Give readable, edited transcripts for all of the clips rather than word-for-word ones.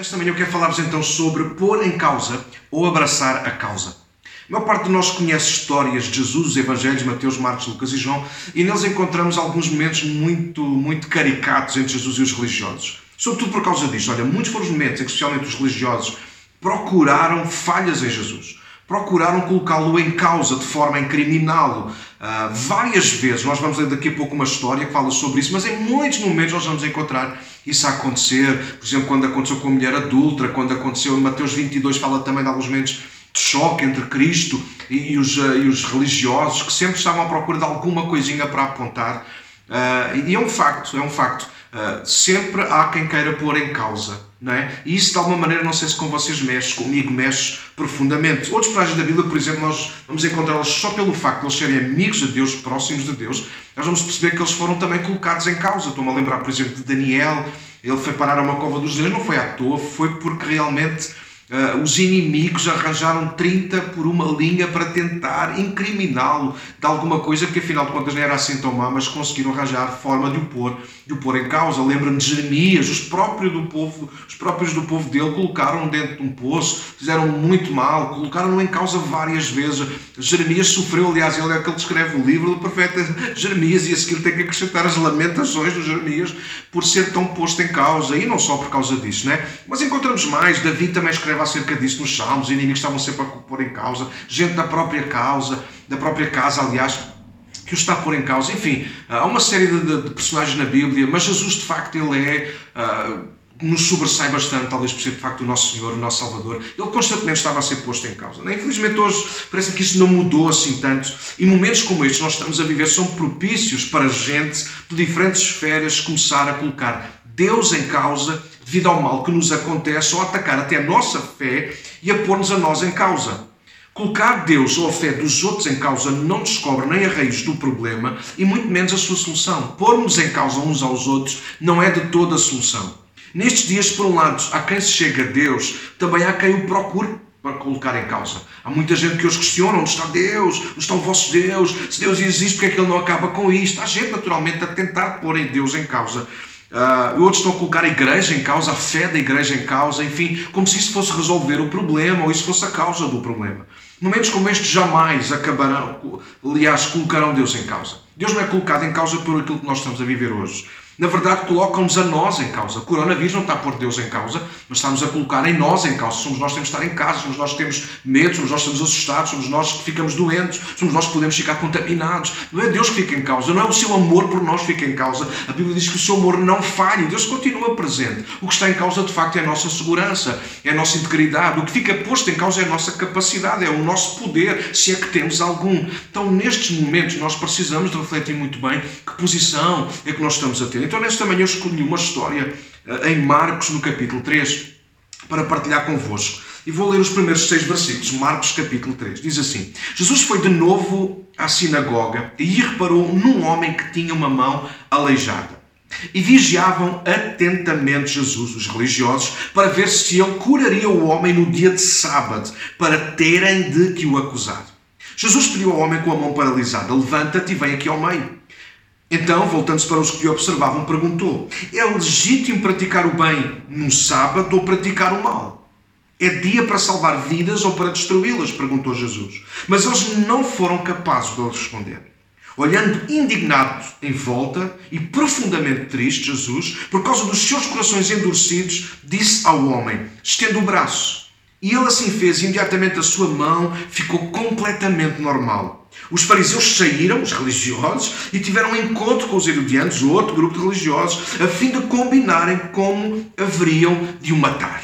Nesta manhã eu quero falar-vos então sobre pôr em causa ou abraçar a causa. A maior parte de nós conhece histórias de Jesus, os Evangelhos, Mateus, Marcos, Lucas e João, e neles encontramos alguns momentos muito caricatos entre Jesus e os religiosos. Sobretudo por causa disto. Olha, muitos foram os momentos em que, especialmente os religiosos, procuraram falhas em Jesus. Procuraram colocá-lo em causa de forma a incriminá-lo. Várias vezes, nós vamos ler daqui a pouco uma história que fala sobre isso, mas em muitos momentos nós vamos encontrar isso a acontecer. Por exemplo, quando aconteceu com a mulher adúltera, quando aconteceu em Mateus 22, fala também de alguns momentos de choque entre Cristo e os religiosos, que sempre estavam à procura de alguma coisinha para apontar. E é um facto. Sempre há quem queira pôr em causa. Não é? E isso de alguma maneira, não sei se com vocês mexe, comigo mexe profundamente. Outros personagens da Bíblia, por exemplo, nós vamos encontrá-los só pelo facto de eles serem amigos de Deus, próximos de Deus. Nós vamos perceber que eles foram também colocados em causa. Estou-me a lembrar, por exemplo, de Daniel. Ele foi parar a uma cova dos leões, não foi à toa, foi porque realmente os inimigos arranjaram 30 por uma linha para tentar incriminá-lo de alguma coisa que afinal de contas não era assim tão má, mas conseguiram arranjar forma de o pôr em causa. Lembra-me de Jeremias, os próprios do povo dele colocaram dentro de um poço, fizeram muito mal, colocaram-no em causa várias vezes. Jeremias sofreu, aliás, ele é aquele que escreve o livro do profeta Jeremias, e a seguir tem que acrescentar as lamentações do Jeremias por ser tão posto em causa, e não só por causa disso, né? Mas encontramos mais. Davi também escreve acerca disso nos Salmos. Os inimigos estavam sempre a pôr em causa, gente da própria casa, aliás, que o está a pôr em causa. Enfim, há uma série de personagens na Bíblia, mas Jesus, de facto, ele nos sobressai bastante, talvez por ser, de facto, o nosso Senhor, o nosso Salvador. Ele constantemente estava a ser posto em causa. Infelizmente, hoje, parece que isso não mudou assim tanto. E momentos como estes nós estamos a viver são propícios para gente de diferentes esferas começar a colocar Deus em causa devido ao mal que nos acontece, ou a atacar até a nossa fé e a pôr-nos a nós em causa. Colocar Deus ou a fé dos outros em causa não descobre nem a raiz do problema e muito menos a sua solução. Pôr-nos em causa uns aos outros não é de toda a solução. Nestes dias, por um lado, há quem se chegue a Deus, também há quem o procure para colocar em causa. Há muita gente que os questiona: onde está Deus? Onde está o vosso Deus? Se Deus existe, porque é que Ele não acaba com isto? Há gente, naturalmente, a tentar pôr em Deus em causa. Outros estão a colocar a igreja em causa, a fé da igreja em causa, enfim, como se isso fosse resolver o problema, ou isso fosse a causa do problema. Momentos como estes jamais colocarão Deus em causa. Deus não é colocado em causa por aquilo que nós estamos a viver hoje. Na verdade, colocam-nos a nós em causa. O coronavírus não está a pôr Deus em causa, mas está-nos a colocar em nós em causa. Somos nós que temos de estar em casa, somos nós que temos medo, somos nós que estamos assustados, somos nós que ficamos doentes, somos nós que podemos ficar contaminados. Não é Deus que fica em causa, não é o seu amor por nós que fica em causa. A Bíblia diz que o seu amor não falha, Deus continua presente. O que está em causa, de facto, é a nossa segurança, é a nossa integridade. O que fica posto em causa é a nossa capacidade, é o nosso poder, se é que temos algum. Então, nestes momentos, nós precisamos de refletir muito bem que posição é que nós estamos a ter. Então, nesta manhã eu escolhi uma história em Marcos, no capítulo 3, para partilhar convosco. E vou ler os primeiros 6 versículos. Marcos, capítulo 3. Diz assim: Jesus foi de novo à sinagoga e reparou num homem que tinha uma mão aleijada. E vigiavam atentamente Jesus, os religiosos, para ver se ele curaria o homem no dia de sábado, para terem de que o acusar. Jesus pediu ao homem com a mão paralisada: levanta-te e vem aqui ao meio. Então, voltando-se para os que o observavam, perguntou: é legítimo praticar o bem no sábado ou praticar o mal? É dia para salvar vidas ou para destruí-las? Perguntou Jesus. Mas eles não foram capazes de lhe responder. Olhando indignado em volta e profundamente triste, Jesus, por causa dos seus corações endurecidos, disse ao homem: estenda o braço. E ele assim fez, e imediatamente a sua mão ficou completamente normal. Os fariseus saíram, os religiosos, e tiveram um encontro com os herodianos, outro grupo de religiosos, a fim de combinarem como haveriam de o matar.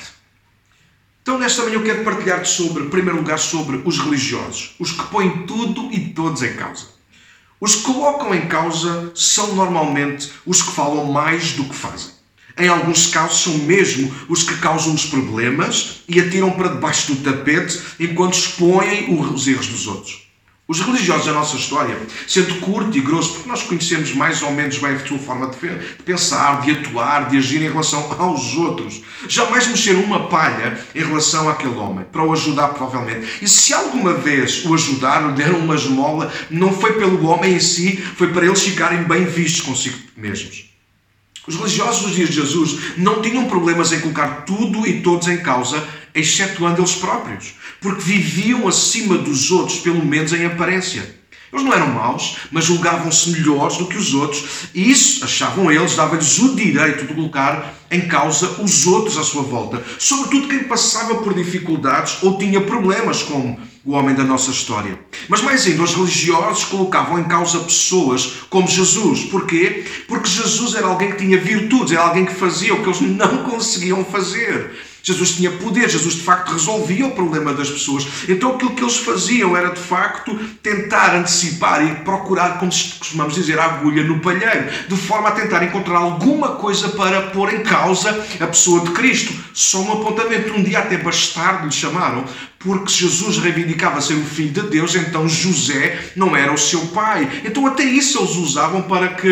Então, nesta manhã eu quero partilhar-te sobre, em primeiro lugar, sobre os religiosos, os que põem tudo e todos em causa. Os que colocam em causa são normalmente os que falam mais do que fazem. Em alguns casos são mesmo os que causam os problemas e atiram para debaixo do tapete enquanto expõem os erros dos outros. Os religiosos da nossa história, sendo curto e grosso, porque nós conhecemos mais ou menos bem a sua forma de pensar, de atuar, de agir em relação aos outros, jamais mexeram uma palha em relação àquele homem, para o ajudar provavelmente. E se alguma vez o ajudaram, deram uma esmola, não foi pelo homem em si, foi para eles ficarem bem vistos consigo mesmos. Os religiosos dos dias de Jesus não tinham problemas em colocar tudo e todos em causa, excetuando eles próprios, porque viviam acima dos outros, pelo menos em aparência. Eles não eram maus, mas julgavam-se melhores do que os outros, e isso, achavam eles, dava-lhes o direito de colocar em causa os outros à sua volta, sobretudo quem passava por dificuldades ou tinha problemas, como o homem da nossa história. Mas mais ainda, os religiosos colocavam em causa pessoas como Jesus. Porquê? Porque Jesus era alguém que tinha virtudes, era alguém que fazia o que eles não conseguiam fazer. Jesus tinha poder, Jesus de facto resolvia o problema das pessoas. Então aquilo que eles faziam era de facto tentar antecipar e procurar, como costumamos dizer, a agulha no palheiro, de forma a tentar encontrar alguma coisa para pôr em causa a pessoa de Cristo. Só um apontamento, um dia até bastardo lhe chamaram, porque Jesus reivindicava ser o filho de Deus, então José não era o seu pai. Então até isso eles usavam para que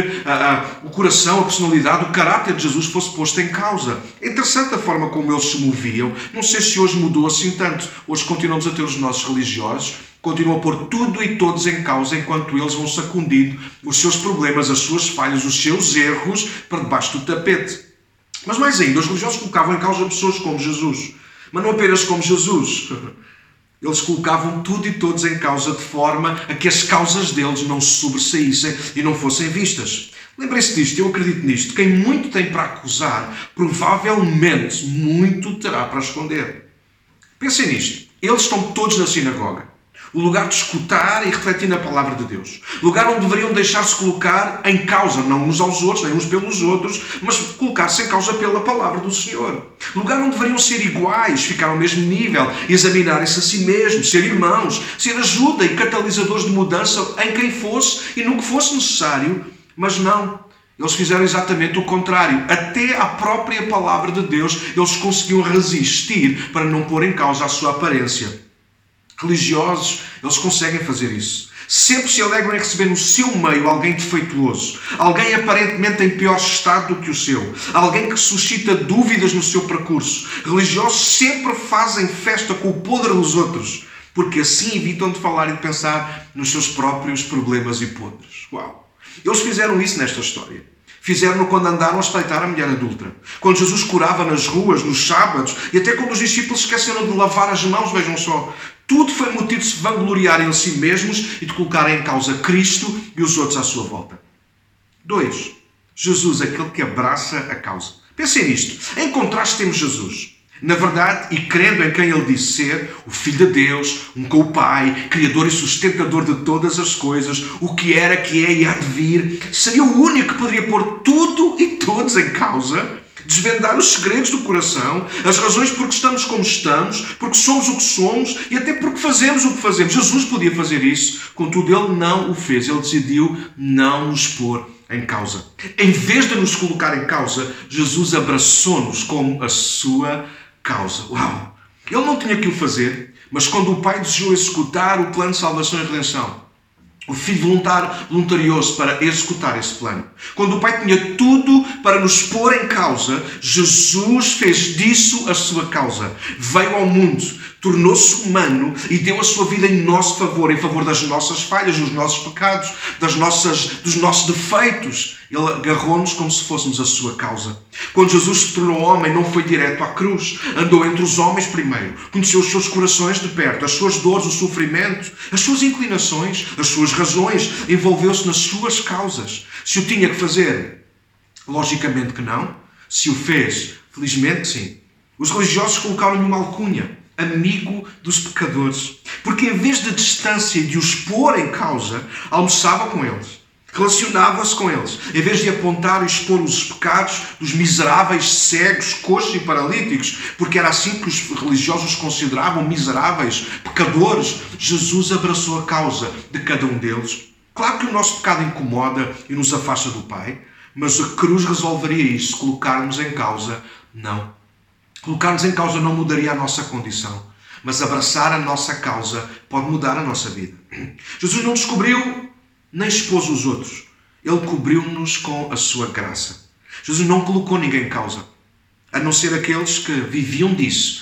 o coração, a personalidade, o caráter de Jesus fosse posto em causa. É interessante a forma como eles se moviam. Não sei se hoje mudou assim tanto. Hoje continuamos a ter os nossos religiosos, continuam a pôr tudo e todos em causa enquanto eles vão sacudindo os seus problemas, as suas falhas, os seus erros para debaixo do tapete. Mas mais ainda, os religiosos colocavam em causa pessoas como Jesus. Mas não apenas como Jesus. Eles colocavam tudo e todos em causa de forma a que as causas deles não se sobressaíssem e não fossem vistas. Lembrem-se disto, eu acredito nisto. Quem muito tem para acusar, provavelmente muito terá para esconder. Pensem nisto. Eles estão todos na sinagoga. O lugar de escutar e refletir na palavra de Deus. O lugar onde deveriam deixar-se colocar em causa, não uns aos outros, nem uns pelos outros, mas colocar-se em causa pela palavra do Senhor. O lugar onde deveriam ser iguais, ficar ao mesmo nível, examinarem-se a si mesmos, ser irmãos, ser ajuda e catalisadores de mudança em quem fosse e no que fosse necessário, mas não. Eles fizeram exatamente o contrário. Até à própria palavra de Deus eles conseguiam resistir para não pôr em causa a sua aparência. Religiosos, eles conseguem fazer isso. Sempre se alegram em receber no seu meio alguém defeituoso, alguém aparentemente em pior estado do que o seu, alguém que suscita dúvidas no seu percurso. Religiosos sempre fazem festa com o podre dos outros, porque assim evitam de falar e de pensar nos seus próprios problemas e podres. Uau! Eles fizeram isso nesta história. Fizeram-no quando andaram a espreitar a mulher adúltera. Quando Jesus curava nas ruas, nos sábados, e até quando os discípulos esqueceram de lavar as mãos, vejam só. Tudo foi motivo de se vangloriarem a si mesmos e de colocarem em causa Cristo e os outros à sua volta. 2. Jesus, aquele que abraça a causa. Pensem nisto. Em contraste temos Jesus. Na verdade, e crendo em quem ele disse ser, o Filho de Deus, um com o Pai, Criador e sustentador de todas as coisas, o que era, que é e há de vir, seria o único que poderia pôr tudo e todos em causa, desvendar os segredos do coração, as razões por que estamos como estamos, porque somos o que somos e até porque fazemos o que fazemos. Jesus podia fazer isso, contudo ele não o fez. Ele decidiu não nos pôr em causa. Em vez de nos colocar em causa, Jesus abraçou-nos como a sua causa. Uau! Ele não tinha que o fazer, mas quando o Pai desejou executar o plano de salvação e redenção, o Filho voluntarioso para executar esse plano. Quando o Pai tinha tudo para nos pôr em causa, Jesus fez disso a sua causa. Veio ao mundo, tornou-se humano e deu a sua vida em nosso favor, em favor das nossas falhas, dos nossos pecados, dos nossos defeitos. Ele agarrou-nos como se fôssemos a sua causa. Quando Jesus se tornou homem, não foi direto à cruz. Andou entre os homens primeiro. Conheceu os seus corações de perto, as suas dores, o sofrimento, as suas inclinações, as suas razões. Envolveu-se nas suas causas. Se o tinha que fazer? Logicamente que não. Se o fez? Felizmente que sim. Os religiosos colocaram-lhe uma alcunha. Amigo dos pecadores. Porque em vez de distância e de os pôr em causa, almoçava com eles. Relacionava-se com eles. Em vez de apontar e expor os pecados dos miseráveis, cegos, coxos e paralíticos, porque era assim que os religiosos os consideravam, miseráveis, pecadores, Jesus abraçou a causa de cada um deles. Claro que o nosso pecado incomoda e nos afasta do Pai, mas a cruz resolveria isso. Colocarmos em causa, não. Colocar-nos em causa não mudaria a nossa condição, mas abraçar a nossa causa pode mudar a nossa vida. Jesus não descobriu nem expôs os outros. Ele cobriu-nos com a sua graça. Jesus não colocou ninguém em causa, a não ser aqueles que viviam disso,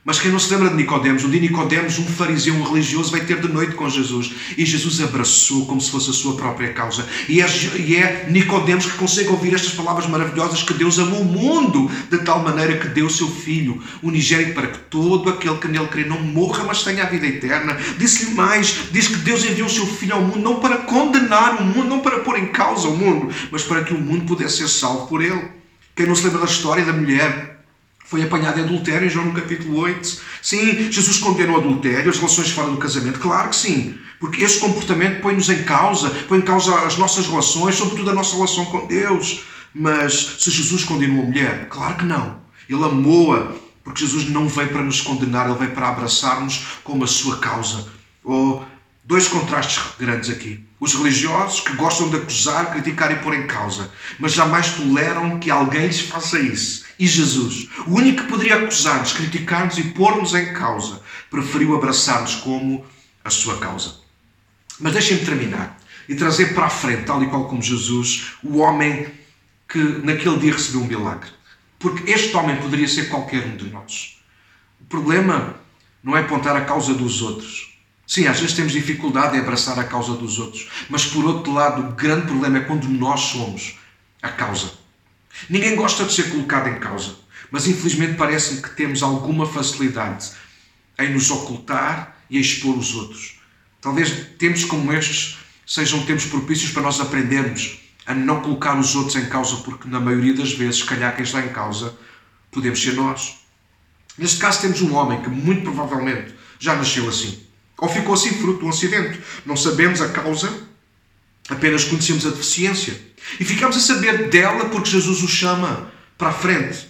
Mas quem não se lembra de Nicodemos, um dia Nicodemos, um fariseu, um religioso, vai ter de noite com Jesus. E Jesus abraçou como se fosse a sua própria causa. E é Nicodemos que consegue ouvir estas palavras maravilhosas, que Deus amou o mundo de tal maneira que deu o seu Filho unigênito para que todo aquele que nele crê não morra, mas tenha a vida eterna. Disse-lhe mais, diz que Deus enviou o seu Filho ao mundo não para condenar o mundo, não para pôr em causa o mundo, mas para que o mundo pudesse ser salvo por ele. Quem não se lembra da história da mulher foi apanhado em adultério em João no capítulo 8. Sim, Jesus condenou o adultério, as relações fora do casamento. Claro que sim, porque este comportamento põe-nos em causa, põe em causa as nossas relações, sobretudo a nossa relação com Deus. Mas se Jesus condenou a mulher? Claro que não. Ele amou-a, porque Jesus não veio para nos condenar, ele veio para abraçar-nos como a sua causa. Dois contrastes grandes aqui. Os religiosos que gostam de acusar, criticar e pôr em causa, mas jamais toleram que alguém lhes faça isso. E Jesus, o único que poderia acusar-nos, criticar-nos e pôr-nos em causa, preferiu abraçar-nos como a sua causa. Mas deixem-me terminar e trazer para a frente, tal e qual como Jesus, o homem que naquele dia recebeu um milagre. Porque este homem poderia ser qualquer um de nós. O problema não é apontar a causa dos outros. Sim, às vezes temos dificuldade em abraçar a causa dos outros. Mas, por outro lado, o grande problema é quando nós somos a causa. Ninguém gosta de ser colocado em causa. Mas, infelizmente, parece-me que temos alguma facilidade em nos ocultar e a expor os outros. Talvez tempos como estes sejam tempos propícios para nós aprendermos a não colocar os outros em causa, porque, na maioria das vezes, se calhar quem está em causa podemos ser nós. Neste caso, temos um homem que, muito provavelmente, já nasceu assim. Ou ficou assim fruto de um acidente. Não sabemos a causa, apenas conhecemos a deficiência. E ficamos a saber dela porque Jesus o chama para a frente.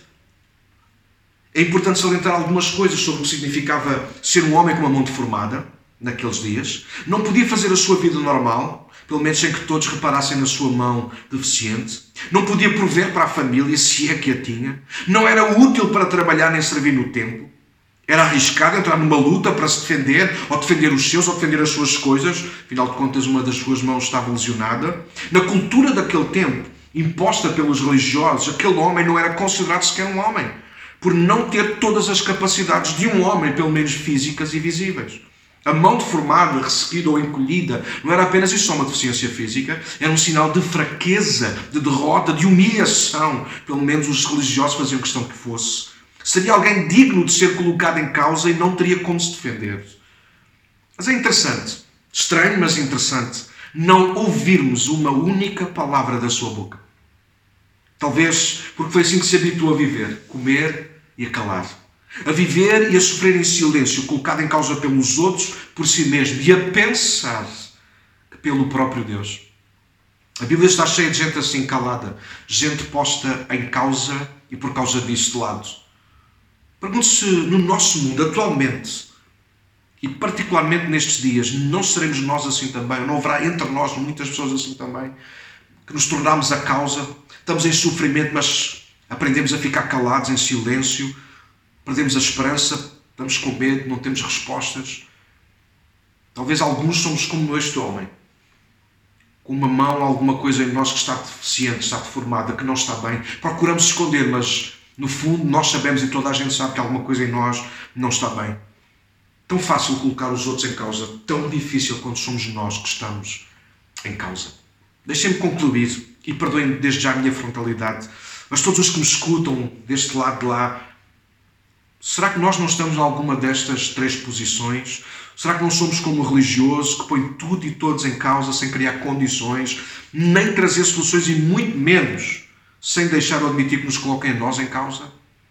É importante salientar algumas coisas sobre o que significava ser um homem com uma mão deformada, naqueles dias. Não podia fazer a sua vida normal, pelo menos sem que todos reparassem na sua mão deficiente. Não podia prover para a família, se é que a tinha. Não era útil para trabalhar nem servir no templo. Era arriscado entrar numa luta para se defender, ou defender os seus, ou defender as suas coisas. Afinal de contas, uma das suas mãos estava lesionada. Na cultura daquele tempo, imposta pelos religiosos, aquele homem não era considerado sequer um homem, por não ter todas as capacidades de um homem, pelo menos físicas e visíveis. A mão deformada, ressequida ou encolhida, não era apenas isso, só uma deficiência física, era um sinal de fraqueza, de derrota, de humilhação. Pelo menos os religiosos faziam questão que fosse. Seria alguém digno de ser colocado em causa e não teria como se defender. Mas é interessante, estranho, mas interessante, não ouvirmos uma única palavra da sua boca. Talvez porque foi assim que se habituou a viver, comer e a calar. A viver e a sofrer em silêncio, colocado em causa pelos outros, por si mesmo, e a pensar que pelo próprio Deus. A Bíblia está cheia de gente assim calada, gente posta em causa e por causa disso de lado. Pergunto-se, no nosso mundo, atualmente, e particularmente nestes dias, não seremos nós assim também? Ou não haverá entre nós muitas pessoas assim também? Que nos tornamos a causa, estamos em sofrimento, mas aprendemos a ficar calados, em silêncio, perdemos a esperança, estamos com medo, não temos respostas. Talvez alguns somos como este homem, com uma mão, alguma coisa em nós que está deficiente, está deformada, que não está bem. Procuramos esconder, mas no fundo, nós sabemos e toda a gente sabe que alguma coisa em nós não está bem. Tão fácil colocar os outros em causa, tão difícil quando somos nós que estamos em causa. Deixem-me concluir, e perdoem desde já a minha frontalidade, mas todos os que me escutam deste lado de lá, será que nós não estamos em alguma destas três posições? Será que não somos como o religioso que põe tudo e todos em causa sem criar condições, nem trazer soluções e muito menos sem deixar ou admitir que nos coloquem nós em causa?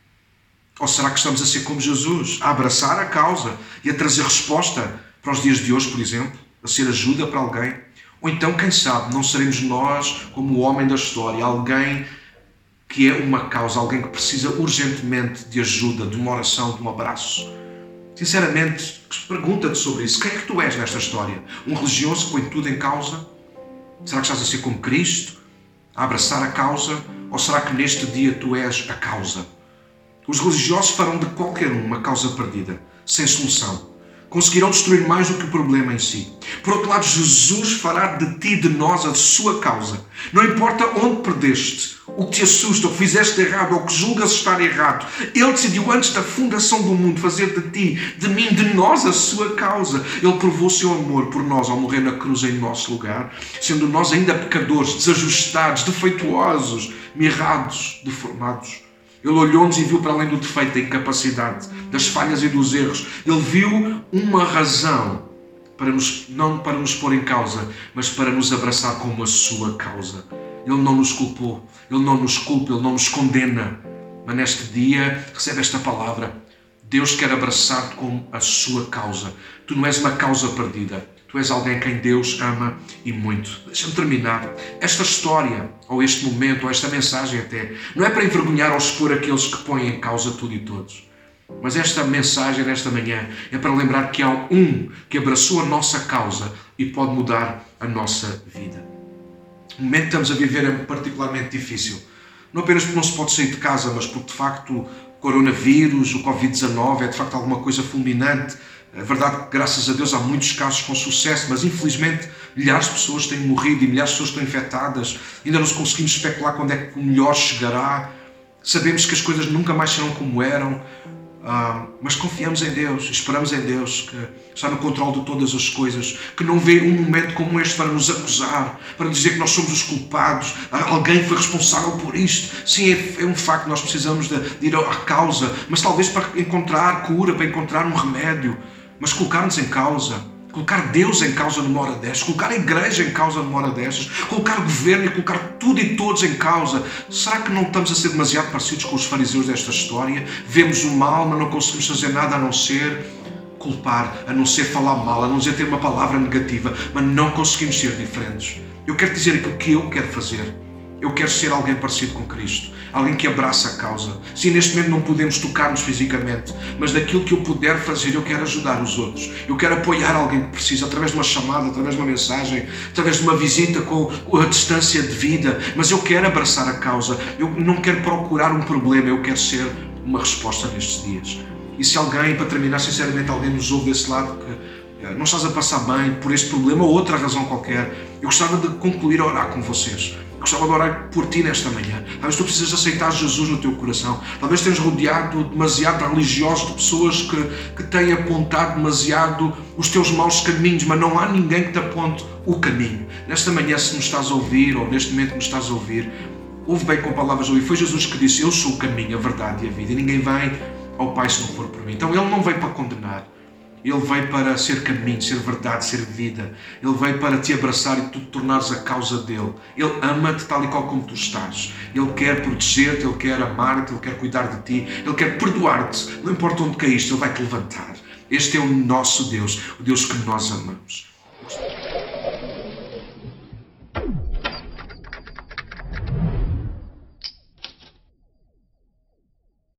Ou será que estamos a ser como Jesus, a abraçar a causa e a trazer resposta para os dias de hoje, por exemplo, a ser ajuda para alguém? Ou então, quem sabe, não seremos nós como o homem da história, alguém que é uma causa, alguém que precisa urgentemente de ajuda, de uma oração, de um abraço? Sinceramente, pergunta-te sobre isso. Quem é que tu és nesta história? Um religioso que põe tudo em causa? Será que estás a ser como Cristo, a abraçar a causa? Ou será que neste dia tu és a causa? Os religiosos farão de qualquer um uma causa perdida, sem solução. Conseguirão destruir mais do que o problema em si. Por outro lado, Jesus fará de ti e de nós a sua causa. Não importa onde perdeste o que te assusta, o que fizeste errado, ou o que julgas estar errado. Ele decidiu antes da fundação do mundo fazer de ti, de mim, de nós a sua causa. Ele provou o seu amor por nós ao morrer na cruz em nosso lugar, sendo nós ainda pecadores, desajustados, defeituosos, mirrados, deformados. Ele olhou-nos e viu para além do defeito, da incapacidade, das falhas e dos erros. Ele viu uma razão para não para nos pôr em causa, mas para nos abraçar como a sua causa. Ele não nos culpou, Ele não nos culpa, Ele não nos condena. Mas neste dia, recebe esta palavra. Deus quer abraçar-te como a sua causa. Tu não és uma causa perdida. Tu és alguém quem Deus ama e muito. Deixa-me terminar. Esta história, ou este momento, ou esta mensagem até, não é para envergonhar ou expor aqueles que põem em causa tudo e todos. Mas esta mensagem, nesta manhã, é para lembrar que há um que abraçou a nossa causa e pode mudar a nossa vida. O momento que estamos a viver é particularmente difícil. Não apenas porque não se pode sair de casa, mas porque, de facto, o coronavírus, o Covid-19 é, de facto, alguma coisa fulminante. É verdade que, graças a Deus, há muitos casos com sucesso, mas, infelizmente, milhares de pessoas têm morrido e milhares de pessoas estão infectadas. Ainda não conseguimos especular quando é que o melhor chegará. Sabemos que as coisas nunca mais serão como eram. Mas confiamos em Deus, esperamos em Deus, que está no controle de todas as coisas, que não vê um momento como este para nos acusar, para dizer que nós somos os culpados, alguém foi responsável por isto. Sim, é um facto, nós precisamos de ir à causa, mas talvez para encontrar cura, para encontrar um remédio, mas colocar-nos em causa, colocar Deus em causa numa hora destas, colocar a igreja em causa numa hora destas, colocar o governo e colocar tudo e todos em causa. Será que não estamos a ser demasiado parecidos com os fariseus desta história? Vemos o mal, mas não conseguimos fazer nada a não ser culpar, a não ser falar mal, a não ser ter uma palavra negativa, mas não conseguimos ser diferentes. Eu quero dizer aquilo que eu quero fazer. Eu quero ser alguém parecido com Cristo, alguém que abraça a causa. Sim, neste momento não podemos tocar-nos fisicamente, mas daquilo que eu puder fazer, eu quero ajudar os outros. Eu quero apoiar alguém que precisa, através de uma chamada, através de uma mensagem, através de uma visita com a distância de vida. Mas eu quero abraçar a causa. Eu não quero procurar um problema, eu quero ser uma resposta nestes dias. E se alguém, para terminar, sinceramente, alguém nos ouve desse lado que não estás a passar bem por este problema ou outra razão qualquer, eu gostava de concluir a orar com vocês. Gostava de orar por ti nesta manhã. Talvez tu precisas aceitar Jesus no teu coração. Talvez tenhas rodeado demasiado religiosos, de pessoas que têm apontado demasiado os teus maus caminhos, mas não há ninguém que te aponte o caminho. Nesta manhã, se me estás a ouvir, ou neste momento que me estás a ouvir, ouve bem com palavras de ouvir. Foi Jesus que disse: eu sou o caminho, a verdade e a vida, e ninguém vem ao Pai se não for por mim. Então Ele não veio para condenar. Ele veio para ser caminho, ser verdade, ser vida. Ele veio para te abraçar e tu te tornares a causa dele. Ele ama-te tal e qual como tu estás. Ele quer proteger-te, Ele quer amar-te, Ele quer cuidar de ti, Ele quer perdoar-te. Não importa onde caíste, Ele vai te levantar. Este é o nosso Deus, o Deus que nós amamos.